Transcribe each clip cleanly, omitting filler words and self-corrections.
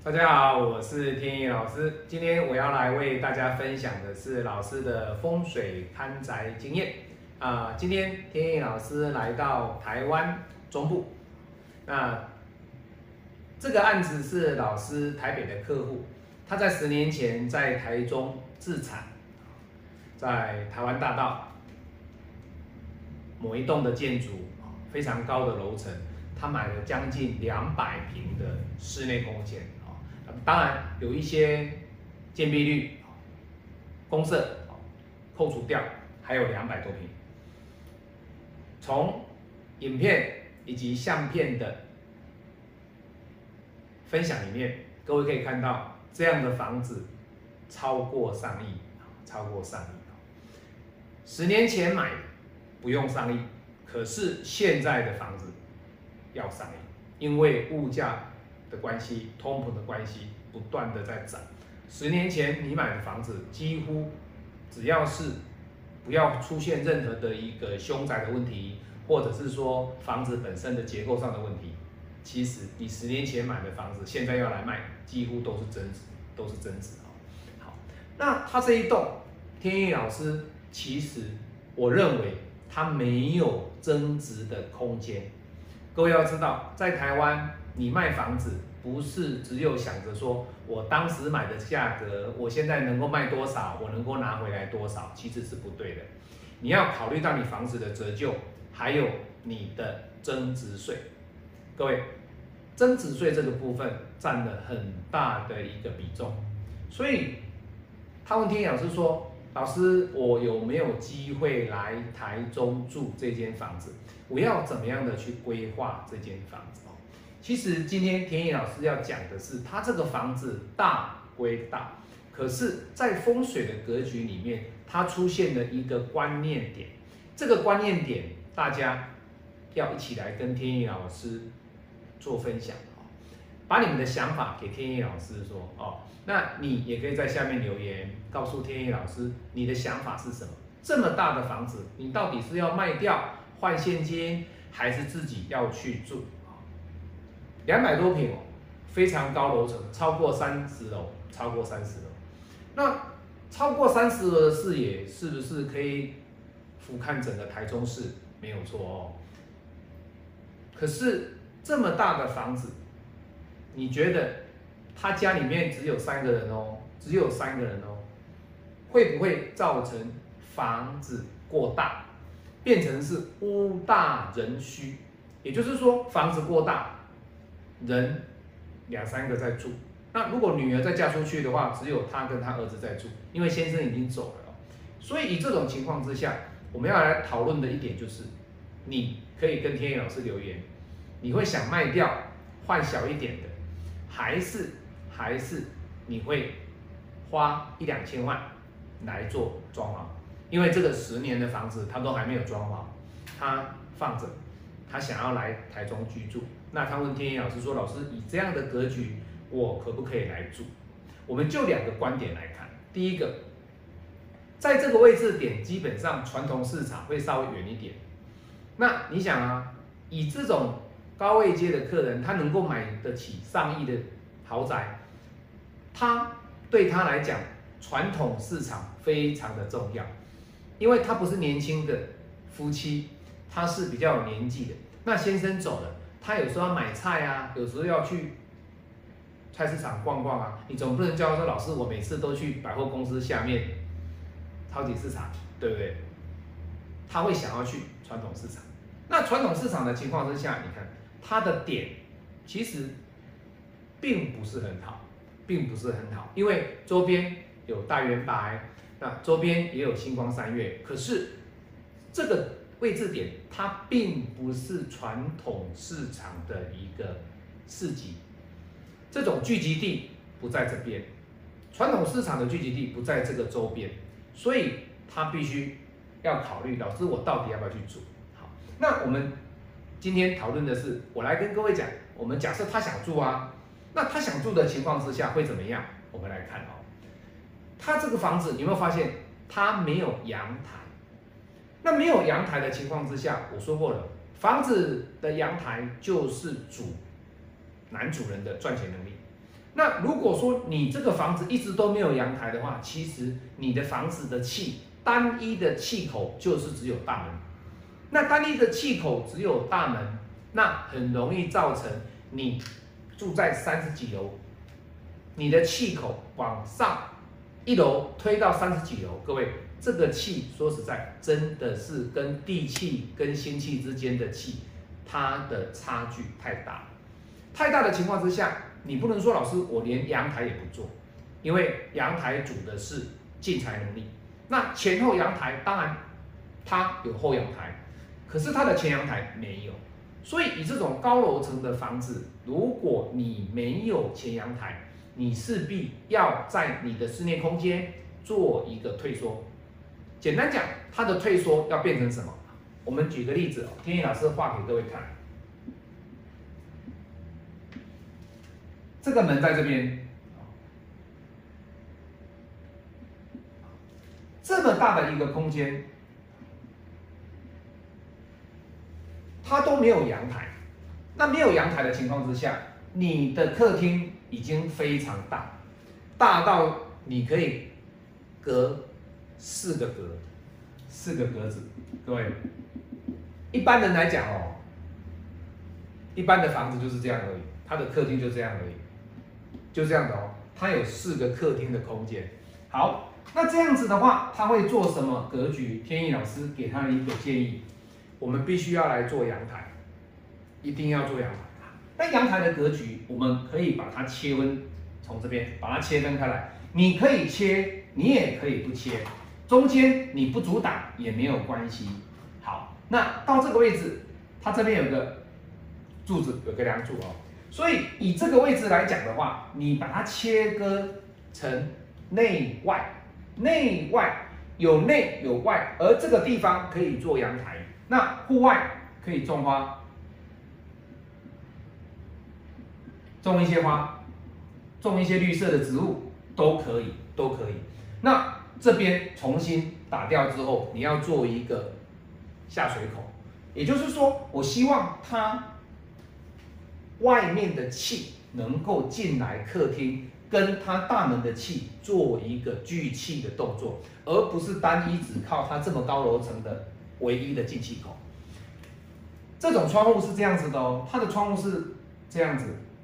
大家好，我是天意老师。今天我要来为大家分享的是老师的风水看宅经验。今天天意老师来到台湾中部，那这个案子是老师台北的客户，他在10年前在台中自产，在台湾大道某一栋的建筑，非常高的楼层，他买了将近200平的室内空间。当然有一些建蔽率、公设扣除掉，还有200多平。从影片以及相片的分享里面，各位可以看到这样的房子超过上亿，超过上亿。10年前买不用上亿，可是现在的房子要上亿，因为物价的关系，通膨的关系，不断的在涨。10年前你买的房子，几乎只要是不要出现任何的一个凶宅的问题，或者是说房子本身的结构上的问题，其实你10年前买的房子，现在要来卖，几乎都是增值，都是增值。好，那他这一栋天意老师，其实我认为它没有增值的空间。各位要知道，在台湾你卖房子不是只有想着说我当时买的价格，我现在能够卖多少，我能够拿回来多少，其实是不对的。你要考虑到你房子的折旧，还有你的增值税。各位，增值税这个部分占了很大的一个比重，所以他问天意老师说：“老师，我有没有机会来台中住这间房子？我要怎么样的去规划这间房子？”其实今天天意老师要讲的是，他这个房子大归大，可是，在风水的格局里面，它出现了一个观念点。这个观念点，大家要一起来跟天意老师做分享，把你们的想法给天意老师说哦。那你也可以在下面留言，告诉天意老师你的想法是什么。这么大的房子，你到底是要卖掉换现金，还是自己要去住？200多平非常高楼层，超过30楼，超过30楼。那超过30楼的视野，是不是可以俯瞰整个台中市？没有错哦。可是这么大的房子，你觉得他家里面只有3个人哦，只有3个人哦，会不会造成房子过大，变成是屋大人虚？也就是说，房子过大，人2、3个在住。那如果女儿再嫁出去的话，只有他跟他儿子在住，因为先生已经走了。所以以这种情况之下，我们要来讨论的一点就是，你可以跟天意老师留言，你会想卖掉换小一点的，还是你会花1、2千万来做装潢？因为这个10年的房子他都还没有装潢，他放着，他想要来台中居住。那他问天意老师说：“老师，以这样的格局，我可不可以来住？”我们就2个观点来看。第一个，在这个位置点，基本上传统市场会稍微远一点。那你想啊，以这种高位阶的客人，他能够买得起上亿的豪宅，对他来讲，传统市场非常的重要，因为他不是年轻的夫妻，他是比较有年纪的。那先生走了，他有时候要买菜啊，有时候要去菜市场逛逛啊，你总不能叫他说：“老师，我每次都去百货公司下面超级市场，对不对？”他会想要去传统市场。那传统市场的情况之下，你看它的点其实并不是很好，因为周边有大圆白，那周边也有星光三月，可是这个位置点它并不是传统市场的一个市集，这种聚集地不在这边，传统市场的聚集地不在这个周边，所以他必须要考虑，老师我到底要不要去住？好，那我们今天讨论的是，我来跟各位讲，我们假设他想住啊，那他想住的情况之下会怎么样？我们来看哦，他这个房子你有没有发现，他没有阳台？那没有阳台的情况之下，我说过了，房子的阳台就是男主人的赚钱能力。 那如果说你这个房子一直都没有阳台的话，其实你的房子的气单一的气口就是只有大门。那单一的气口只有大门，那很容易造成你住在30几楼，你的气口往上1楼推到30几楼，各位，这个气说实在真的是跟地气跟心气之间的气，它的差距太大，太大的情况之下，你不能说老师我连阳台也不做，因为阳台主的是进财能力，那前后阳台当然它有后阳台，可是它的前阳台没有，所以以这种高楼层的房子，如果你没有前阳台，你势必要在你的室内空间做一个退缩。简单讲，它的退缩要变成什么？我们举个例子，天意老师画给各位看。这个门在这边，这么大的一个空间，它都没有阳台。那没有阳台的情况之下，你的客厅已经非常大，大到你可以隔4个格子。各位，一般人来讲哦，一般的房子就是这样而已，它的客厅就这样而已，就这样的哦，它有4个客厅的空间。好，那这样子的话，它会做什么格局？天意老师给他一个建议，我们必须要来做阳台，一定要做阳台。那阳台的格局，我们可以把它切分，从这边把它切分开来。你可以切，你也可以不切，中间你不阻挡也没有关系。好，那到这个位置，它这边有个柱子，有个梁柱哦。所以以这个位置来讲的话，你把它切割成内外，内外有内有外，而这个地方可以做阳台，那户外可以种花，种一些花，种一些绿色的植物都可以，都可以。那这边重新打掉之后，你要做一个下水口，也就是说，我希望它外面的气能够进来客厅，跟它大门的气做一个聚气的动作，而不是单一只靠它这么高楼层的唯一的进气口。这种窗户是这样子的哦，它的窗户是这样子，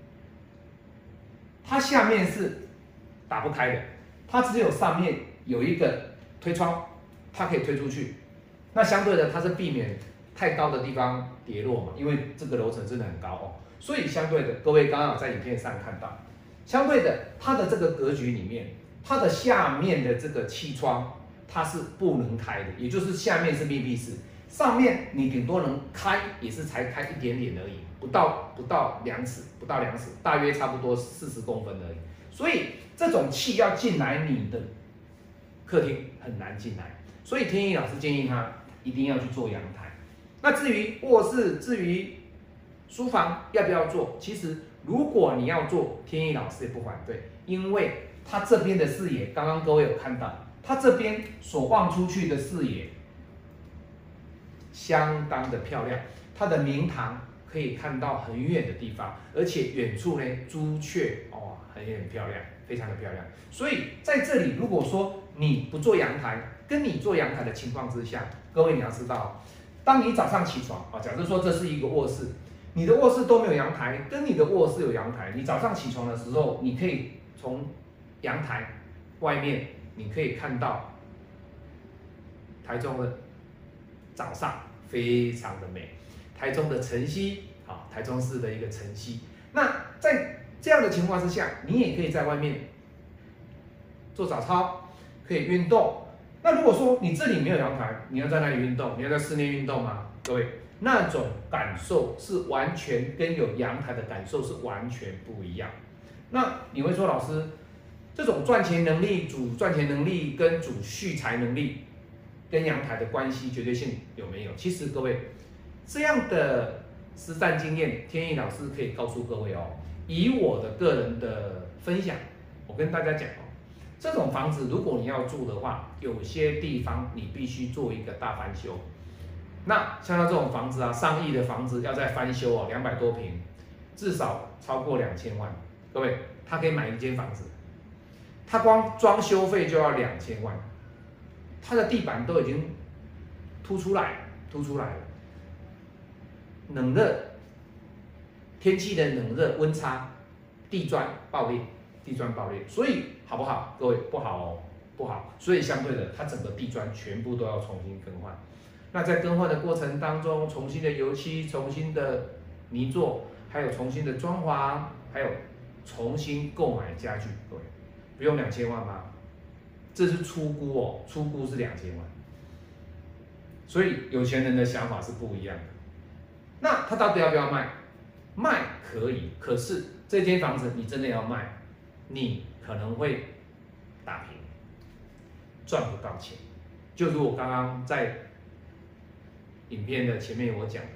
它下面是打不开的，它只有上面有一个推窗，它可以推出去。那相对的，它是避免太高的地方跌落嘛，因为这个楼层真的很高哦。所以相对的，各位刚刚在影片上看到，相对的，它的这个格局里面，它的下面的这个气窗它是不能开的，也就是下面是密闭式，上面你顶多能开，也是才开一点点而已，不到2尺，大约差不多40公分而已。所以这种气要进来你的客厅很难进来，所以天意老师建议他一定要去做阳台。那至于卧室，至于书房要不要做？其实如果你要做，天意老师也不反对，因为它这边的视野，刚刚各位有看到，它这边所望出去的视野相当的漂亮，它的明堂可以看到很远的地方，而且远处呢朱雀哦，很漂亮，非常的漂亮。所以在这里，如果说你不做阳台，跟你做阳台的情况之下，各位你要知道，当你早上起床啊，假设说这是一个卧室，你的卧室都没有阳台，跟你的卧室有阳台，你早上起床的时候，你可以从阳台外面，你可以看到台中的早上非常的美，台中的晨曦啊，台中市的一个晨曦。那在这样的情况之下，你也可以在外面做早操，可以运动。那如果说你这里没有阳台，你要在哪里运动？你要在室内运动吗？各位，那种感受是完全跟有阳台的感受是完全不一样。那你会说，老师，这种赚钱能力、主赚钱能力跟主蓄财能力跟阳台的关系绝对性有没有？其实各位，这样的实战经验，天意老师可以告诉各位哦。以我的个人的分享，我跟大家讲哦，这种房子如果你要住的话，有些地方你必须做一个大翻修。那像它这种房子啊，上亿的房子要再翻修哦，200多坪，至少超过2000万。各位， 他可以买一间房子，他光装修费就要2000万，他的地板都已经凸出来了，冷热，天气的冷热温差，地砖爆裂，所以好不好？各位不好哦，不好，所以相对的，它整个地砖全部都要重新更换。那在更换的过程当中，重新的油漆，重新的泥作，还有重新的装潢，还有重新购买家具，各位不用2000万吗？这是初估哦，初估是2000万。所以有钱人的想法是不一样的。那他到底要不要卖？卖可以，可是这间房子你真的要卖，你可能会打平，赚不到钱。就如我刚刚在影片的前面我讲的，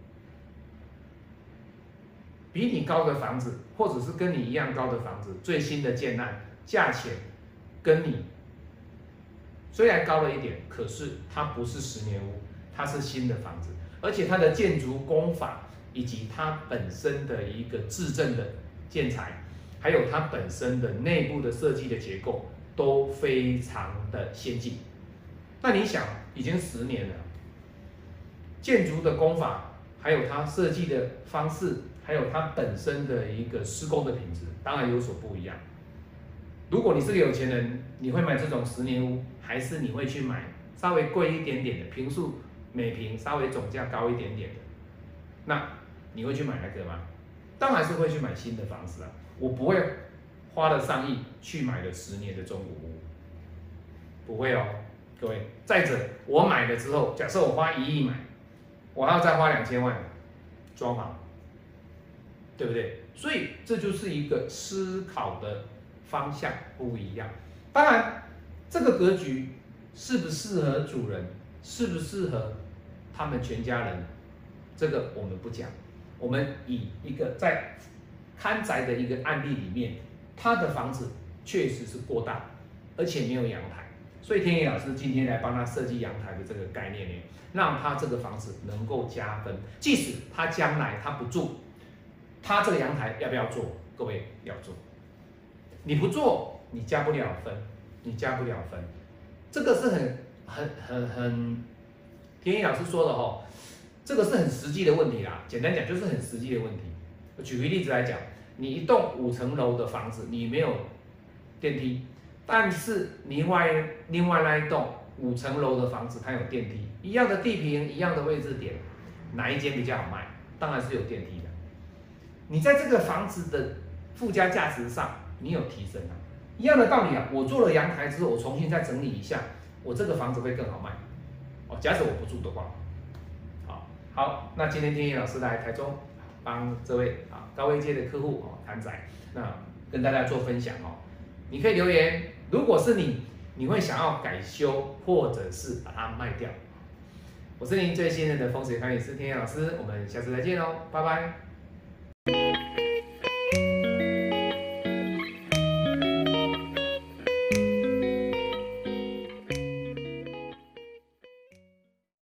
比你高的房子，或者是跟你一样高的房子，最新的建案，价钱跟你虽然高了一点，可是它不是10年屋，它是新的房子，而且它的建筑工法以及它本身的一个制震的建材，还有它本身的内部的设计的结构都非常的先进。那你想，已经10年了，建筑的工法，还有它设计的方式，还有它本身的一个施工的品质，当然有所不一样。如果你是个有钱人，你会买这种10年屋，还是你会去买稍微贵一点点的坪数，每坪稍微总价高一点点的？那你会去买那个吗？当然是会去买新的房子啊。我不会花了上亿去买了10年的中古屋，不会哦，各位。再者，我买了之后，假设我花1亿买，我还要再花2000万装潢，对不对？所以这就是一个思考的方向不一样。当然，这个格局适不适合主人，适不适合他们全家人，这个我们不讲。我们以一个在看宅的一个案例里面，他的房子确实是过大，而且没有阳台，所以天野老师今天来帮他设计阳台的这个概念呢，让他这个房子能够加分。即使他将来他不住，他这个阳台要不要做？各位要做，你不做，你加不了分，这个是很天野老师说的哦。这个是很实际的问题啦，简单讲就是很实际的问题。我举个例子来讲，你一栋5层楼的房子，你没有电梯，但是另外那一栋5层楼的房子，它有电梯，一样的地坪，一样的位置点，哪一间比较好卖？当然是有电梯的。你在这个房子的附加价值上，你有提升啊，一样的道理啊。我做了阳台之后，我重新再整理一下，我这个房子会更好卖。哦，假使我不住的话。好，那今天天野老师来台中帮这位高位阶的客户谈宅，那跟大家做分享哦。你可以留言，如果是你会想要改修或者是把它卖掉。我是您最信任的风水管理师天野老师，我们下次再见喽，拜拜。